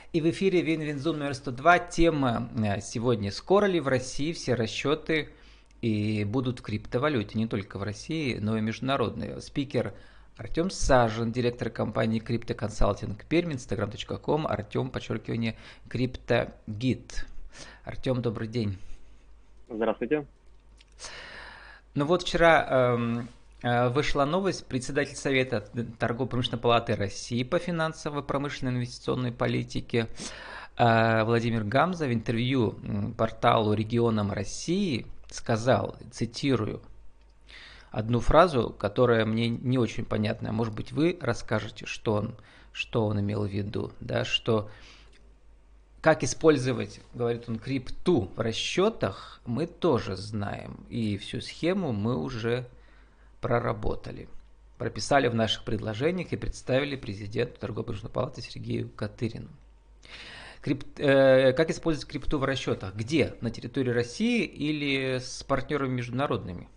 И в эфире Винвинзум номер 102. Тема сегодня: скоро ли в России все расчеты и будут в криптовалюте, не только в России, но и международные. Спикер Артем Сажин, директор компании криптоконсалтинг Пермь, instagram.com, Артем, подчеркивание, криптогид. Артем, добрый день. Здравствуйте. Ну вот вчера вышла новость. Председатель Совета Торгово-промышленной палаты России по финансово-промышленной инвестиционной политике Владимир Гамза в интервью порталу «Регионам России» сказал, цитирую, одну фразу, которая мне не очень понятна. Может быть, вы расскажете, что он имел в виду, да, что как использовать, говорит он, крипту в расчетах, мы тоже знаем. И всю схему мы уже проработали. Прописали в наших предложениях и представили президенту Торгово-промышленной палаты Сергею Катырину. Как использовать крипту в расчетах? Где? На территории России или с партнерами международными?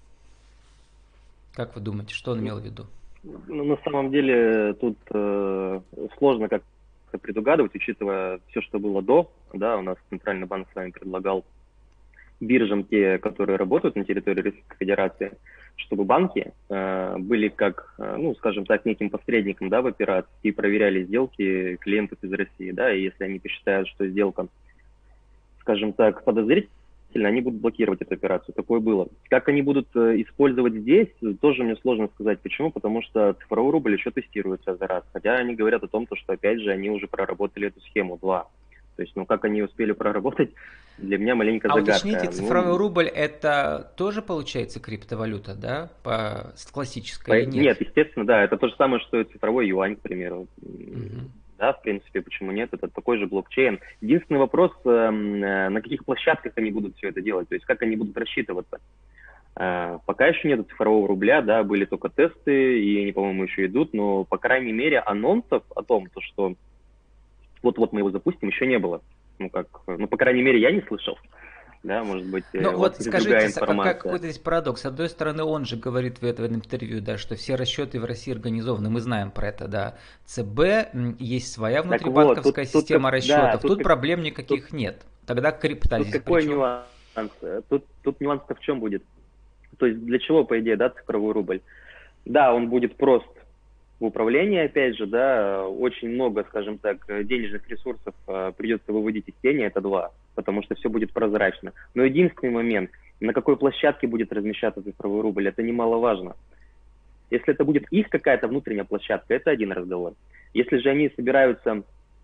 Как вы думаете, что он имел в виду? Ну, на самом деле тут сложно как-то предугадывать, учитывая все, что было до. Да, у нас Центральный банк с вами предлагал биржам, те, которые работают на территории Российской Федерации, чтобы банки были как, ну, скажем так, неким посредником, да, в операции и проверяли сделки клиентов из России, да, и если они посчитают, что сделка, скажем так, подозрительная, они будут блокировать эту операцию. Такое было. Как они будут использовать здесь, тоже мне сложно сказать. Почему? Потому что цифровой рубль еще тестируется за раз. Хотя они говорят о том, что опять же они уже проработали эту схему 2. То есть, ну как они успели проработать, для меня маленькая А уточните, загадка. цифровой Ну, рубль это тоже получается криптовалюта, да? Классическая или нет? нет, естественно, да, это то же самое, что и цифровой юань, к примеру. Угу. Да, в принципе, почему нет, это такой же блокчейн. Единственный вопрос, на каких площадках они будут все это делать, то есть как они будут рассчитываться. Пока еще нет цифрового рубля, да, были только тесты, и они, по-моему, еще идут, но, по крайней мере, анонсов о том, что вот-вот мы его запустим, еще не было. Ну, по крайней мере, я не слышал. Да, может быть, Ну у вас вот есть другая скажите, информация. какой-то здесь парадокс. С одной стороны, он же говорит в этом интервью, да, что все расчеты в России организованы. Мы знаем про это, да. ЦБ, есть своя Так вот, внутрибанковская система да, расчетов. Тут проблем тут, никаких нет. Тогда крипта тут здесь при какой чем? нюанс? Тут нюанс-то в чем будет? То есть для чего, по идее, да, цифровой рубль? Да, он будет прост в управлении, опять же, да, очень много, скажем так, денежных ресурсов придется выводить из тени, это 2, потому что все будет прозрачно. Но единственный момент, на какой площадке будет размещаться цифровой рубль, это немаловажно. Если это будет их какая-то внутренняя площадка, это один разговор. Если же они собираются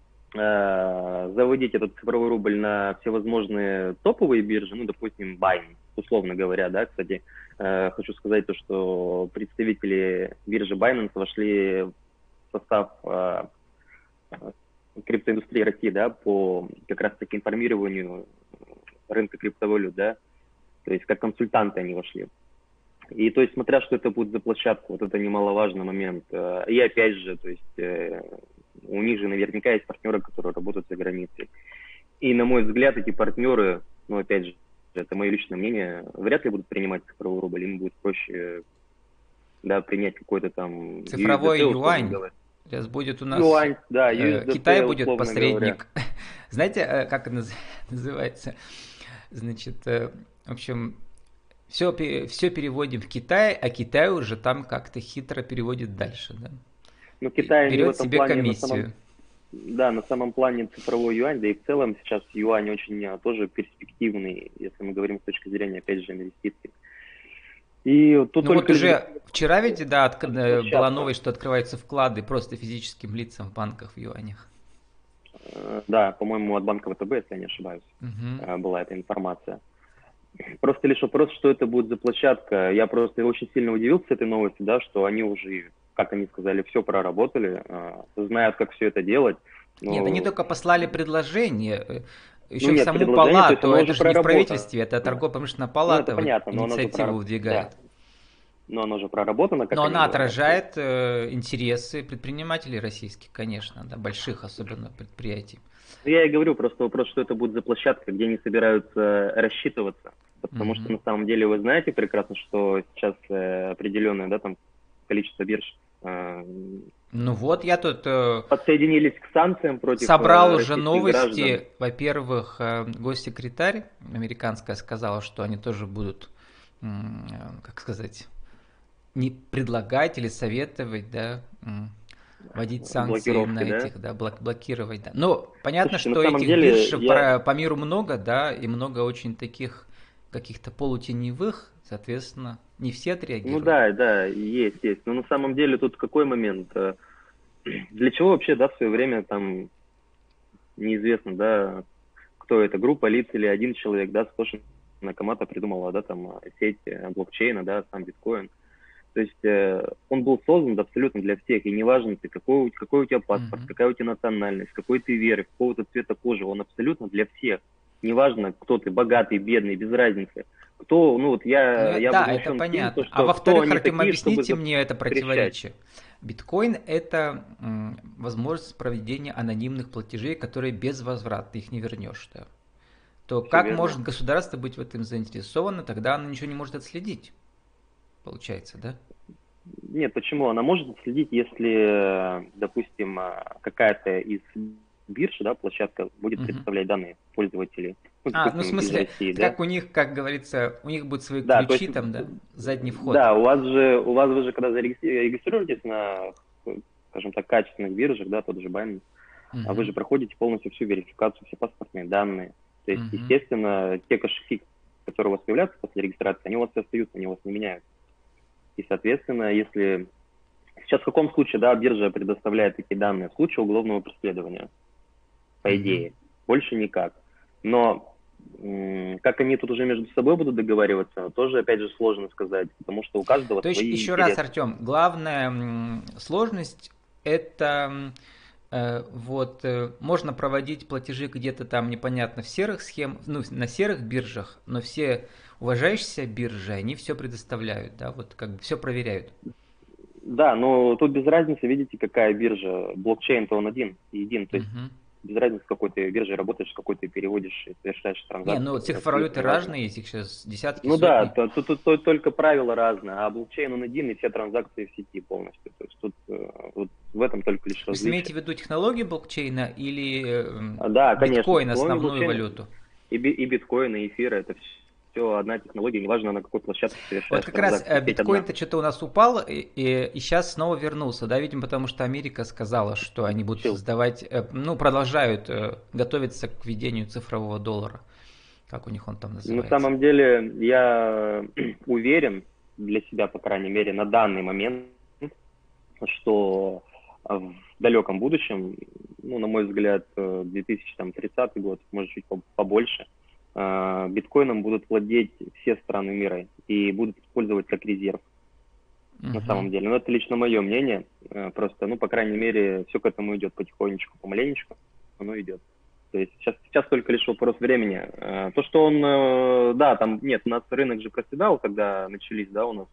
заводить этот цифровой рубль на всевозможные топовые биржи, ну, допустим, Binance, условно говоря, да, кстати, хочу сказать то, что представители биржи Binance вошли в состав криптоиндустрии России, да, по как раз-таки информированию рынка криптовалют, да, то есть как консультанты они вошли. И то есть, смотря что это будет за площадка, вот это немаловажный момент. И опять же, то есть, у них же наверняка есть партнеры, которые работают за границей. И, на мой взгляд, эти партнеры, ну, опять же, это мое личное мнение, вряд ли будут принимать цифровой рубль, им будет проще, да, принять какой-то там Цифровой USDT, условно юань. говоря. Сейчас будет у нас Юань, да, Китай USDT, будет условно говоря. посредник. Знаете, как это называется? Значит, в общем, все переводим в Китай, а Китай уже там как-то хитро переводит дальше, да? Но И Китай, они в берет этом себе плане комиссию. да, на самом плане цифровой юань, да и в целом сейчас юань очень тоже перспективный, если мы говорим с точки зрения, опять же, инвестиций. И тут Ну вот только лишь уже вчера ведь, да, была площадка. новость, что открываются вклады просто физическим лицам в банках в юанях. Да, по-моему, от банка ВТБ, если я не ошибаюсь, Угу. была эта информация. Просто лишь вопрос, что это будет за площадка. Я просто очень сильно удивился этой новости, да, что они уже, как они сказали, все проработали, знают, как все это делать. Нет, они Но, только послали предложение, ну еще в нет, саму предложение, то есть палату, оно это уже же не в проработано. правительстве, это торгово-промышленная Ну это палата вот понятно, но оно же инициативу да, выдвигает. но оно же проработано, как Но они она говорят. отражает интересы предпринимателей российских, конечно, да, больших особенно предприятий. Ну, я и говорю, просто вопрос, что это будет за площадка, где они собираются рассчитываться. Потому что Мгм. на самом деле вы знаете прекрасно, что сейчас определенное, да, там количество бирж Ну вот, я тут подсоединились к санкциям против собрал уже российских граждан. новости. Во-первых, госсекретарь американская сказала, что они тоже будут, как сказать, не предлагать или советовать, да, вводить санкции на Блокировки, да? этих, да, блокировать, да. Но понятно, Слушайте, на что самом этих деле бирж я... по миру много, да, и много очень таких каких-то полутеневых, соответственно, не все Ну отреагируют. да, да, есть. Но на самом деле тут какой момент? Для чего вообще, да, в свое время там неизвестно, да, кто это, группа лиц или один человек, да, Сатоши Накамото придумала, да, там сеть блокчейна, да, сам биткоин. То есть он был создан абсолютно для всех, и неважно, ты, какой у тебя паспорт, Мгм. какая у тебя национальность, какой ты веры, какого-то цвета кожи, он абсолютно для всех. Неважно, кто ты, богатый, бедный, без разницы. Кто, ну вот Ну, я да, это возмущен тем, то, понятно. А что кто во-вторых, они Артем, такие, чтобы объясните мне это запрещать. противоречие. Биткоин – это возможность проведения анонимных платежей, которые безвозвратны, их не вернешь. Да. То Все как верно. может государство быть в этом заинтересовано, тогда оно ничего не может отследить, получается, да? Нет, почему? Она может следить, если, допустим, какая-то из бирж, да, площадка будет Мгм. представлять данные пользователей, ну, Ну, в допустим, из смысле, России, это да. как у них, как говорится, у них будут свои Да, то ключи есть, там, да, задний вход. да, у вас вы же, когда регистрируетесь на, скажем так, качественных биржах, да, тот же Binance, вы Мгм. же проходите полностью всю верификацию, все паспортные данные. То есть, Мгм. естественно, те кошельки, которые у вас появляются после регистрации, они у вас и остаются, они у вас не меняют. И, соответственно, если... Сейчас в каком случае, да, биржа предоставляет такие данные? В случае уголовного преследования, по Мгм. идее. Больше никак. Но как они тут уже между собой будут договариваться, тоже, опять же, сложно сказать, потому что у каждого То есть, свои еще раз, интересы. Артем, главная сложность – это вот можно проводить платежи где-то там непонятно в серых схем, ну, на серых биржах, но все уважающиеся биржи, они все предоставляют, да, вот как бы все проверяют. Да, но тут без разницы, видите, какая биржа. Блокчейн-то он един. То есть Мгм. без разницы, с какой ты биржей работаешь, с какой ты переводишь и совершаешь Не, ну транзакции, цифровалюты абсолютно разные. разные, есть их сейчас десятки, Ну да, сотни. тут только правила разные, а блокчейн он один, и все транзакции в сети полностью. То есть тут вот в этом только лишь Вы имеете различие. в виду технологию блокчейна или Да, конечно, биткоин, технология основную блокчейна валюту? и биткоин, и эфир, это все одна технология, неважно, на какой площадке Вот совершаешь как раз транзакции, сеть одна. биткоин-то что-то у нас упал и сейчас снова вернулся, да, видимо, потому что Америка сказала, что они будут Чил. создавать, ну, продолжают готовиться к введению цифрового доллара, как у них он там На называется. самом деле я уверен, для себя, по крайней мере, на данный момент, что в далеком будущем, ну, на мой взгляд, 2030 год, может, чуть побольше, биткоином будут владеть все страны мира и будут использовать как резерв на Мгм. самом деле. Но это лично мое мнение. Просто, ну, по крайней мере, все к этому идет потихонечку, помаленечку, оно идет. То есть сейчас только лишь вопрос времени. То, что он, да, там, нет, у нас рынок же проседал, когда начались, да, у нас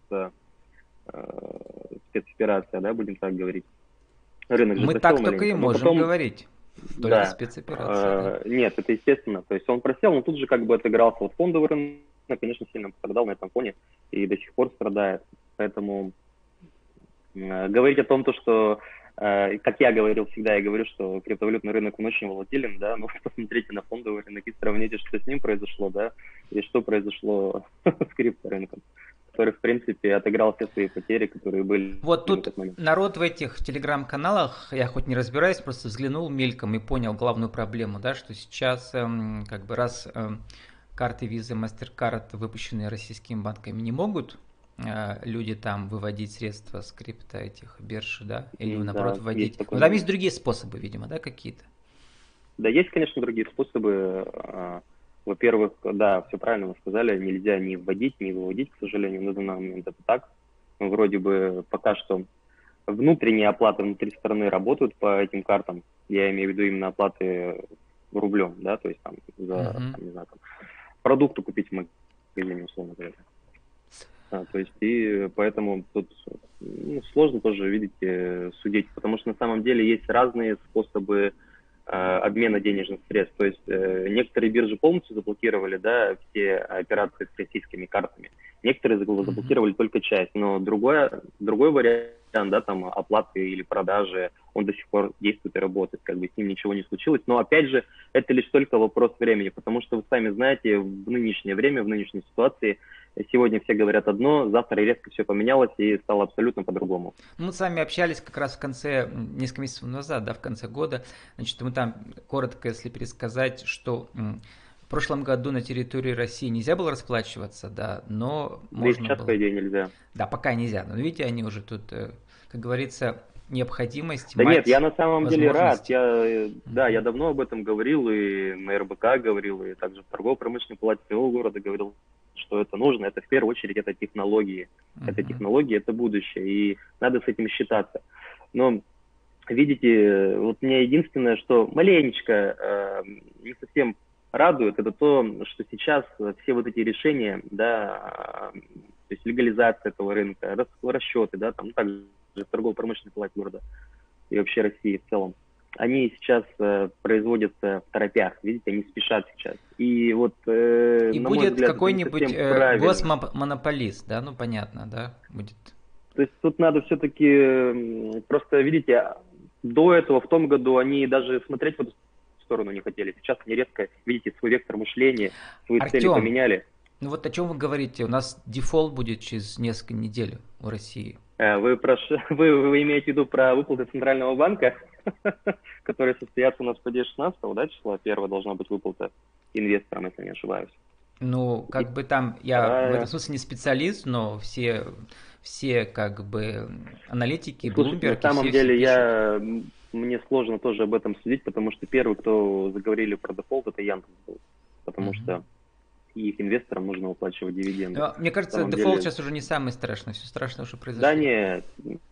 спецоперация, да, будем так говорить. Рынок же Мы просел так только и маленько, но можем потом, говорить, только да, спецоперация, да. нет, это естественно, то есть он просел, но тут же как бы отыгрался. Вот фондовый рынок, конечно, сильно пострадал на этом фоне и до сих пор страдает. Поэтому говорить о том, то, что, как я говорил всегда, я говорю, что криптовалютный рынок, он очень волатилен, да, но посмотрите на фондовый рынок и сравните, что с ним произошло, да, и что произошло с крипторынком, который, в принципе, отыграл все свои потери, которые были Вот в тут этот момент. народ в этих телеграм-каналах, я хоть не разбираюсь, просто взглянул мельком и понял главную проблему, да, что сейчас как бы раз карты Visa, MasterCard, выпущенные российскими банками, не могут люди там выводить средства с крипто этих бирж, да, или наоборот Да, есть вводить. Но такой там есть момент. другие способы, видимо, да, какие-то. Да, есть, конечно, другие способы. Во-первых, да, все правильно вы сказали, нельзя ни вводить, ни выводить, к сожалению, на данный момент это так. Вроде бы пока что внутренние оплаты внутри страны работают по этим картам. Я имею в виду именно оплаты рублем, да, то есть там за, Мгм. там, не знаю, там, продукты купить в магазине, условно говоря. То есть и поэтому тут сложно тоже, видите, судить, потому что на самом деле есть разные способы обмена денежных средств. То есть некоторые биржи полностью заблокировали, да, все операции с российскими картами. Некоторые Мгм. заблокировали только часть, но другой вариант да, там, оплаты или продажи, он до сих пор действует и работает, как бы с ним ничего не случилось. Но, опять же, это лишь только вопрос времени, потому что вы сами знаете, в нынешнее время, в нынешней ситуации, сегодня все говорят одно, завтра резко все поменялось и стало абсолютно по-другому. Мы с вами общались как раз в конце, несколько месяцев назад, да, в конце года. Значит, мы там коротко, если пересказать, что в прошлом году на территории России нельзя было расплачиваться, да, но Да и можно сейчас, было. по идее, нельзя. Да, пока нельзя. Но видите, они уже тут, как говорится, необходимость, Да нет, мать я на самом деле рад. возможности. Да, я давно об этом говорил, и на РБК говорил, и также в торгово-промышленной палате своего города говорил, что это нужно. Это в первую очередь это технологии. Это технологии, это будущее, и надо с этим считаться. Но, видите, вот мне единственное, что маленечко не совсем радует, это то, что сейчас все вот эти решения, да, то есть легализация этого рынка, расчеты, да, там, также в торгово-промышленной палате города и вообще России в целом, они сейчас производятся в торопях, видите, они спешат сейчас. И вот, И на мой будет взгляд, это не какой-нибудь совсем правильно. госмонополист, да, ну понятно, да, будет. То есть тут надо все-таки, просто, видите, до этого, в том году, они даже смотреть в эту сторону не хотели. Сейчас они резко, видите, свой вектор мышления, свои цели Артем, поменяли. ну вот о чем вы говорите? У нас дефолт будет через несколько недель у России. Вы имеете в виду про выплаты Центрального банка, которые состоятся у нас по 16 да, числа? Первая должна быть выплата инвесторам, если не ошибаюсь. Ну, как бы там, я в этом смысле не специалист, но все как бы аналитики, Слушайте, на Bloomberg, самом все деле пишут. мне сложно тоже об этом судить, потому что первый, кто заговорили про дефолт, это Яндекс был. Потому что их инвесторам нужно выплачивать дивиденды. Но, мне кажется, дефолт сейчас уже не самый страшный, все страшное уже произошло. Да нет,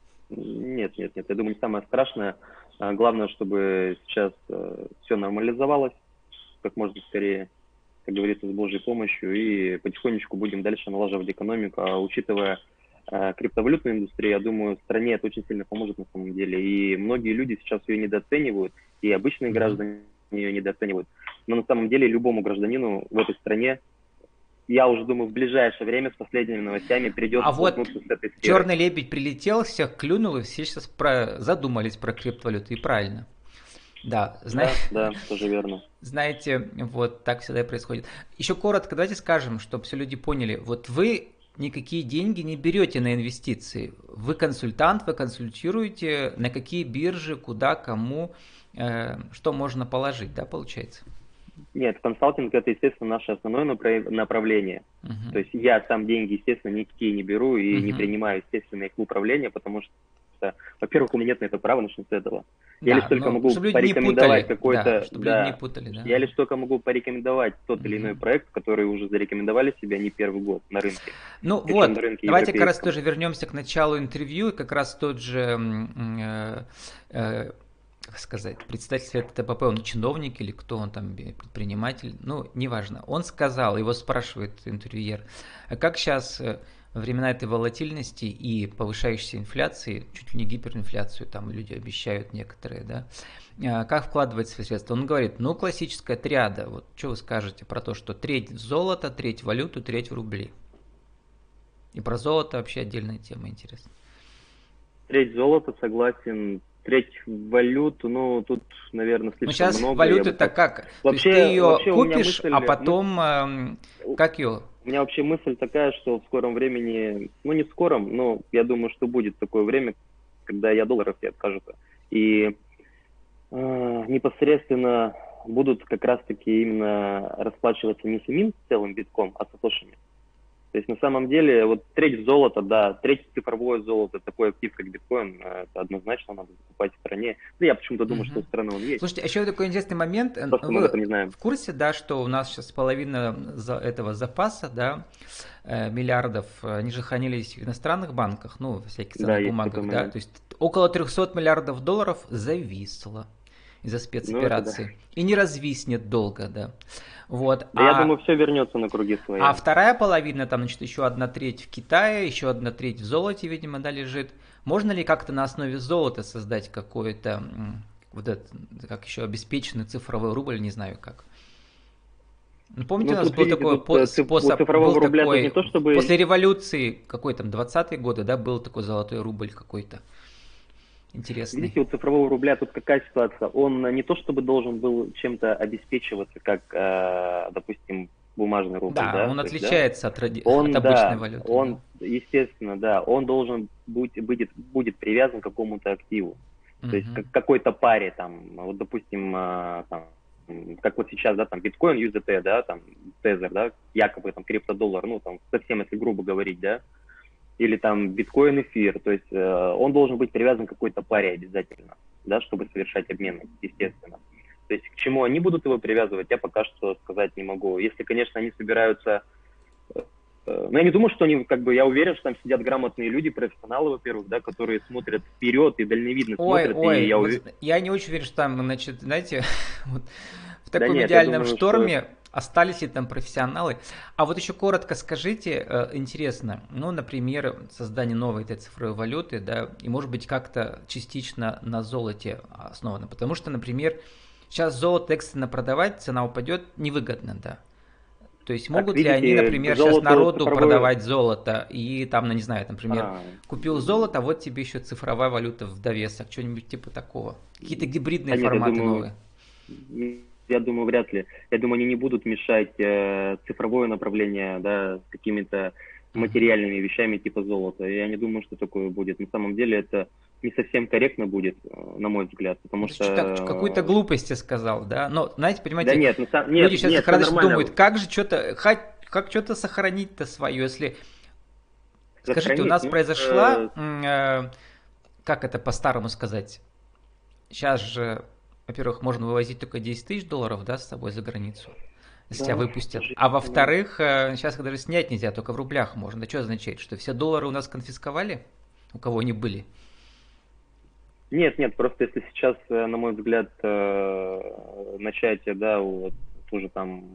я думаю, не самое страшное. Главное, чтобы сейчас все нормализовалось как можно скорее, как говорится, с Божьей помощью, и потихонечку будем дальше налаживать экономику. А учитывая криптовалютную индустрию, я думаю, стране это очень сильно поможет на самом деле. И многие люди сейчас ее недооценивают, и обычные граждане ее недооценивают. Но на самом деле любому гражданину в этой стране, я уже думаю, в ближайшее время с последними новостями придется столкнуться с этой сферой. Черный лебедь прилетел, всех клюнул, и все сейчас задумались про криптовалюту, и правильно. Да, да, тоже верно. Знаете, вот так всегда и происходит. Еще коротко давайте скажем, чтобы все люди поняли. Вот вы никакие деньги не берете на инвестиции. Вы консультант, вы консультируете, на какие биржи, куда, кому, что можно положить, да, получается? Нет, консалтинг это, естественно, наше основное направление. То есть я сам деньги, естественно, никакие не беру и не принимаю, естественно, их в управление, потому что, во-первых, у меня нет на это права, начнем с этого. Я лишь только могу порекомендовать какой-то... Я лишь только могу порекомендовать тот или иной проект, который уже зарекомендовали себя не первый год на рынке. Ну вот, давайте как раз тоже вернемся к началу интервью, и как раз тот же... как сказать, председатель Совета ТПП, он чиновник или кто он там, предприниматель, ну, неважно. Он сказал, его спрашивает интервьюер, как сейчас во времена этой волатильности и повышающейся инфляции, чуть ли не гиперинфляцию, там люди обещают некоторые, да, как вкладывать свои средства? Он говорит, ну, классическая триада, вот что вы скажете про то, что треть в золото, треть в валюту, треть в рубли? И про золото вообще отдельная тема, интересна. Треть золота, согласен. Треть валюту, ну, тут, наверное, слишком сейчас много. Сейчас валюты-то как? Вообще, то есть ты ее купишь, а потом, как ее? У меня вообще мысль такая, что в скором времени, ну, не в скором, но я думаю, что будет такое время, когда и от долларов все откажутся. И непосредственно будут как раз-таки именно расплачиваться не самим целым битком, а сатошами. То есть на самом деле вот треть в золото, да, треть в цифровое золото, такой актив, как биткоин, это однозначно надо закупать в стране. Ну, я почему-то думаю, что у страны он есть. Слушайте, еще такой интересный момент. Просто мы об этом не знаем. В курсе, да, что у нас сейчас половина этого запаса, да, миллиардов, они же хранились в иностранных банках, ну, в всяких ценных бумагах, да, то есть около 300 миллиардов долларов зависло из-за спецоперации. Да. И не развиснет долго, да. Вот. Да, я думаю, все вернется на круги свои. А вторая половина, там, значит, еще 1/3 в Китае, еще 1/3 в золоте, видимо, да, лежит. Можно ли как-то на основе золота создать какой-то, вот этот, как еще, обеспеченный цифровой рубль, не знаю как? Ну, помните, у Ну, нас тут, был видите, такой тут у способ, был цифрового рубля тут не такой, то чтобы... после революции, какой там, 20-е годы, да, был такой золотой рубль какой-то интересный. Видите, у цифрового рубля тут какая ситуация? Он не то чтобы должен был чем-то обеспечиваться, как, допустим, бумажный рубль, Да, да, он то есть, да, отличается от он, обычной да, валюты, да. он, естественно, да, он должен будет привязан к какому-то активу, то есть Мгм. к какой-то паре, там, вот, допустим, там, как вот сейчас, да, там, биткоин, USDT, да, там, тезер, да, якобы там криптодоллар, ну, там, совсем если грубо говорить, да, или там биткоин, эфир, то есть он должен быть привязан к какой-то паре обязательно, да, чтобы совершать обмены, естественно. То есть к чему они будут его привязывать, я пока что сказать не могу. Если, конечно, они собираются... Ну, я не думаю, что они, как бы, я уверен, что там сидят грамотные люди, профессионалы, во-первых, да, которые смотрят вперед и дальновидно Ой, смотрят, и ой, я вот уверен... я не очень уверен, что там, значит, знаете, вот в Да таком нет, я идеальном думаю, что... шторме остались ли там профессионалы. А вот еще коротко скажите, интересно, ну, например, создание новой этой цифровой валюты, да, и может быть как-то частично на золоте основано, потому что, например, сейчас золото экстренно продавать, цена упадет, невыгодно, да. То есть Так, могут ли они, видите, например, сейчас золото народу цифровое... продавать золото и там, ну не знаю, например, А, купил золото, а вот тебе еще цифровая валюта в довесок, что-нибудь типа такого. Какие-то гибридные да нет, форматы новые. я думаю, вряд ли. Я думаю, они не будут мешать цифровое направление, да, с какими-то Мгм. материальными вещами типа золота. Я не думаю, что такое будет. На самом деле это не совсем корректно будет, на мой взгляд, Ну, потому то есть что-то, какую-то что... глупость я сказал, да. Но, знаете, Да понимаете, нет, люди нет, сейчас нет, как все раз нормально. думают, как же что-то, как что-то сохранить-то свое, если... Скажите, у Сохранить, нас ну, произошла, как это по-старому сказать, сейчас же, во-первых, можно вывозить только 10 тысяч долларов, да, с собой за границу, если тебя да, выпустят. жизнь, А да. во-вторых, сейчас даже снять нельзя, только в рублях можно. Да что означает, что все доллары у нас конфисковали, у кого они были? Нет, нет, просто если сейчас, на мой взгляд, начать, да, вот, уже там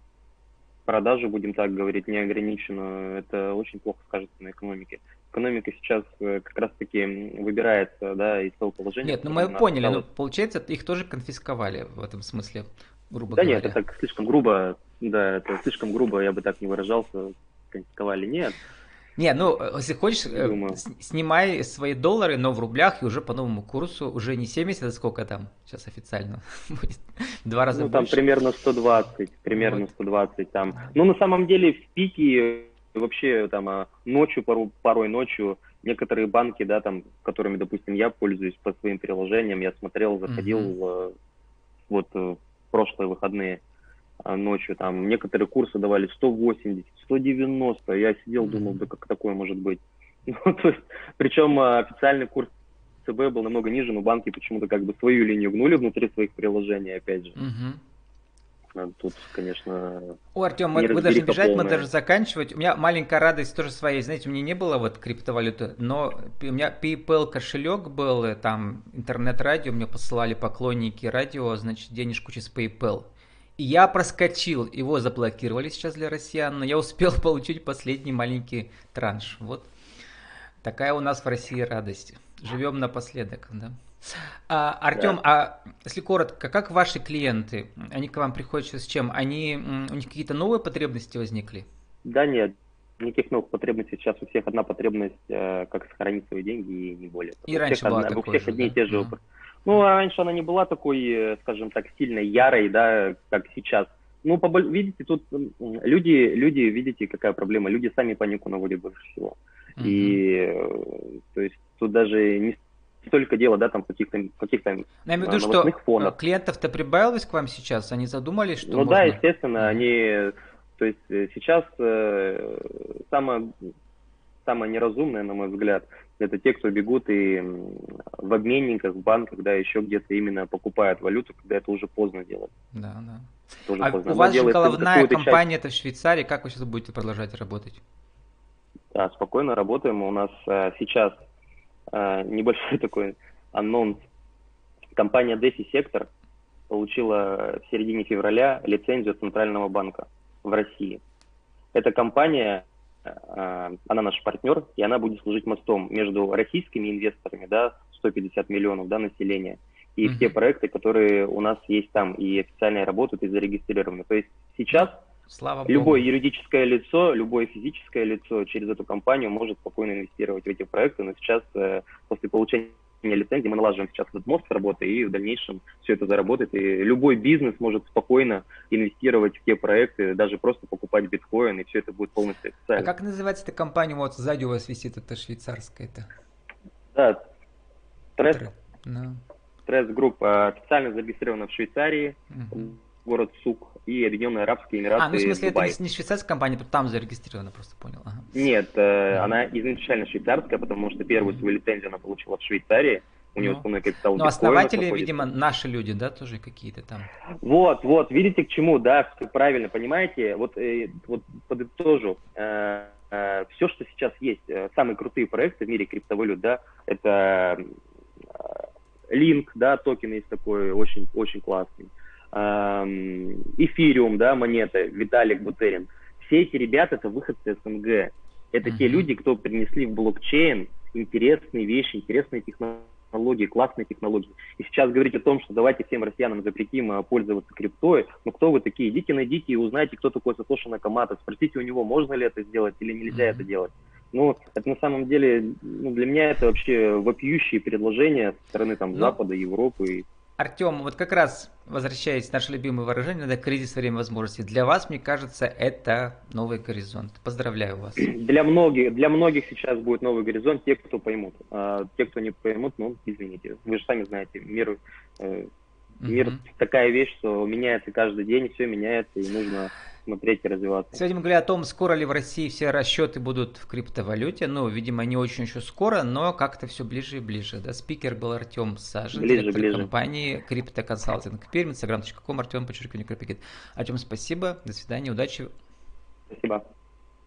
продажу, будем так говорить, неограниченную, это очень плохо скажется на экономике. Экономика сейчас как раз-таки выбирается, да, из того положения, в Нет, ну котором мы она поняли, ну оказалась. получается, их тоже конфисковали в этом смысле, грубо Да нет, говоря. это слишком грубо, да, это слишком грубо, я бы так не выражался, конфисковали. Нет, Не, ну, если хочешь, не думаю. снимай свои доллары, но в рублях и уже по новому курсу, уже не 70, а сколько там сейчас официально будет, в 2 раза Ну, там больше. примерно Вот. 120 там. Ну, на самом деле, в пике вообще там ночью, порой ночью, некоторые банки, да, там, которыми, допустим, я пользуюсь по своим приложениям, я смотрел, Мгм. заходил вот в прошлые выходные ночью, там, некоторые курсы давали 180, 190, я сидел, думал, Мгм. да как такое может быть? Ну, то есть, причем официальный курс ЦБ был намного ниже, но банки почему-то как бы свою линию гнули внутри своих приложений, опять же. Мгм. Тут, конечно, О, Артем, вы должны неразбериха бежать, мы должны полная. заканчивать. У меня маленькая радость тоже своя. Знаете, у меня не было вот криптовалюты, но у меня PayPal кошелек был, там интернет-радио, мне посылали поклонники радио, значит, денежку через PayPal. И я проскочил, его заблокировали сейчас для россиян, но я успел получить последний маленький транш. Вот такая у нас в России радость. Живем напоследок, да. Артем, Да. а если коротко, как ваши клиенты? Они к вам приходят с чем? У них какие-то новые потребности возникли? Да нет, никаких новых потребностей. Сейчас у всех одна потребность, как сохранить свои деньги и не более И того. раньше была У такой всех же, одни и да? те же Ну. опыты. Ну, а раньше она не была такой, скажем так, сильно ярой, да, как сейчас. Ну, видите, тут люди, видите, какая проблема. Люди сами панику наводят больше всего. Мгм. И, то есть, тут даже не столько дела, да, там, в каких-то Но я имею в виду, что новостных фонах. клиентов-то прибавилось к вам сейчас, они задумались, что Ну да, можно... естественно, Мгм. они, то есть сейчас самое неразумное, на мой взгляд, это те, кто бегут и в обменниках, в банках, да, еще где-то именно покупают валюту, когда это уже поздно делать. Да, да. Это уже А поздно. у Одно вас же дело, если вы головная какую-то часть... компания это в Швейцарии, как вы сейчас будете продолжать работать? Да, спокойно работаем. У нас сейчас небольшой такой анонс. Компания DeFi Sector получила в середине февраля лицензию Центрального банка в России. Эта компания, она наш партнер, и она будет служить мостом между российскими инвесторами, да, 150 миллионов, да, населения, и в те проекты, которые у нас есть там, и официально работают, и зарегистрированы. То есть сейчас Слава любое Богу. юридическое лицо, любое физическое лицо через эту компанию может спокойно инвестировать в эти проекты, но сейчас, после получения лицензии, мы налаживаем сейчас этот мост работы, и в дальнейшем все это заработает, и любой бизнес может спокойно инвестировать в те проекты, даже просто покупать биткоин, и все это будет полностью А официально. как называется эта компания? Вот сзади у вас висит, это швейцарская. Да, Это... Ну. Трес Групп официально зарегистрирована в Швейцарии, Мгм. город Сук, и Объединенные Арабские Эмираты, Ну в смысле, это Дубай. не швейцарская компания, там зарегистрирована, просто понял. Ага. Нет, она изначально швейцарская, потому что первую свою лицензию она получила в Швейцарии, у нее основной капитал Но биткоина основатели, находится. видимо, наши люди, да, тоже какие-то там. Вот, видите к чему, да, все правильно понимаете. Вот подытожу. Все, что сейчас есть, самые крутые проекты в мире криптовалют, да, это Link, да, токен есть такой, очень, очень классный. Эфириум, да, монета, Виталик Бутерин. Все эти ребята, это выходцы СНГ. Это те люди, кто принесли в блокчейн интересные вещи, интересные технологии, классные технологии. И сейчас говорить о том, что давайте всем россиянам запретим пользоваться криптой, ну кто вы такие? Идите, найдите и узнайте, кто такой Сатоши Накамото. Спросите у него, можно ли это сделать или нельзя это делать. Ну, это на самом деле, для меня это вообще вопиющие предложения со стороны там Запада, Европы. Артем, вот как раз возвращаясь к наше любимое выражение, это кризис время возможностей. Для вас, мне кажется, это новый горизонт. Поздравляю вас. Для многих сейчас будет новый горизонт, те, кто поймут. А те, кто не поймут, ну, извините. Вы же сами знаете, мир такая вещь, что меняется каждый день, все меняется, и нужно смотреть и развиваться. Сегодня мы говорили о том, скоро ли в России все расчеты будут в криптовалюте. Ну, видимо, не очень еще скоро, но как-то все ближе и ближе. Да? Спикер был Артем Сажин, директор компании Crypto Consulting Perm, instagram.com, Артем, _Крипакет. Артем, спасибо, до свидания, удачи. Спасибо.